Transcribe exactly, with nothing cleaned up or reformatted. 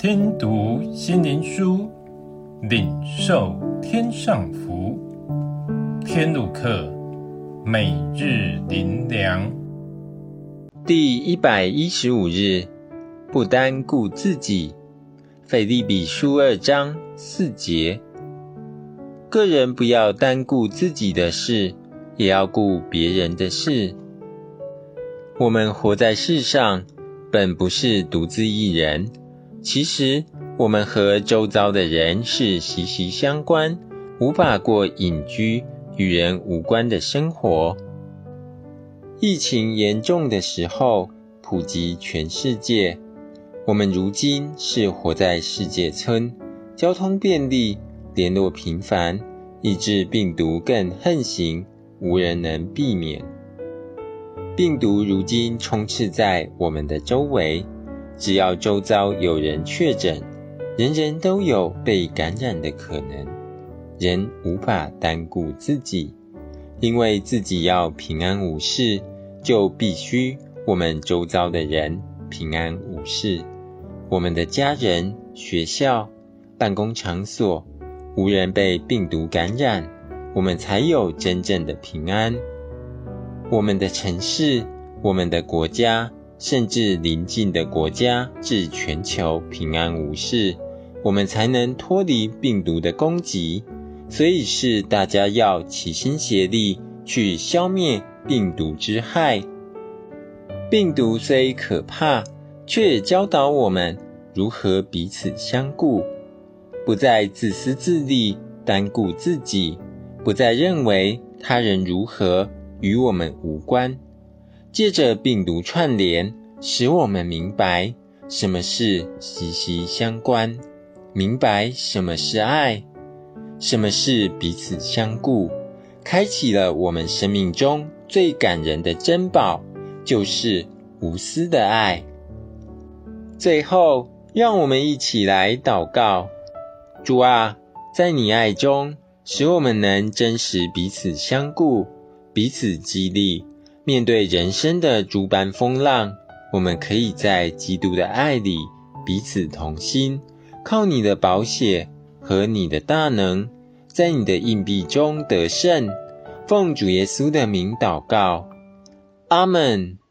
听读心灵书，领受天上福。天路客，每日灵粮。 第一百一十五日，不单顾自己。腓立比书二章四节，个人不要单顾自己的事，也要顾别人的事。我们活在世上，本不是独自一人，其实我们和周遭的人是息息相关，无法过隐居、与人无关的生活。疫情严重的时候，普及全世界。我们如今是活在世界村，交通便利，联络频繁，以致病毒更横行，无人能避免。病毒如今充斥在我们的周围，只要周遭有人确诊，人人都有被感染的可能。人无法单顾自己，因为自己要平安无事，就必须我们周遭的人平安无事。我们的家人、学校、办公场所无人被病毒感染，我们才有真正的平安。我们的城市、我们的国家，甚至邻近的国家至全球平安无事，我们才能脱离病毒的攻击。所以是大家要齐心协力去消灭病毒之害。病毒虽可怕，却教导我们如何彼此相顾，不再自私自利，单顾自己，不再认为他人如何与我们无关。借着病毒串联，使我们明白什么是息息相关，明白什么是爱，什么是彼此相顾，开启了我们生命中最感人的珍宝，就是无私的爱。最后，让我们一起来祷告。主啊，在你爱中，使我们能真实彼此相顾，彼此激励。面对人生的诸般风浪，我们可以在基督的爱里彼此同心，靠你的宝血和你的大能，在你的硬币中得胜。奉主耶稣的名祷告，阿们。